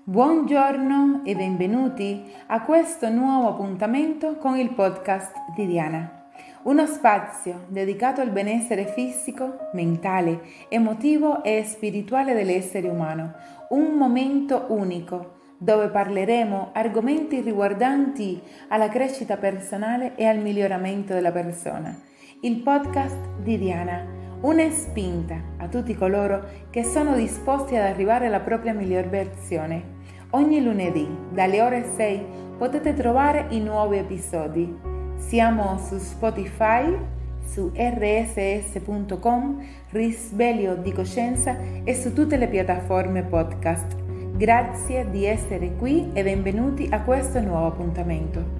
Buongiorno e benvenuti a questo nuovo appuntamento con il podcast di Diana, uno spazio dedicato al benessere fisico, mentale, emotivo e spirituale dell'essere umano, un momento unico dove parleremo argomenti riguardanti alla crescita personale e al miglioramento della persona. Il podcast di Diana, una spinta a tutti coloro che sono disposti ad arrivare alla propria miglior versione. Ogni lunedì dalle ore 6 potete trovare i nuovi episodi. Siamo su Spotify, su rss.com, Risveglio di Coscienza e su tutte le piattaforme podcast. Grazie di essere qui e benvenuti a questo nuovo appuntamento.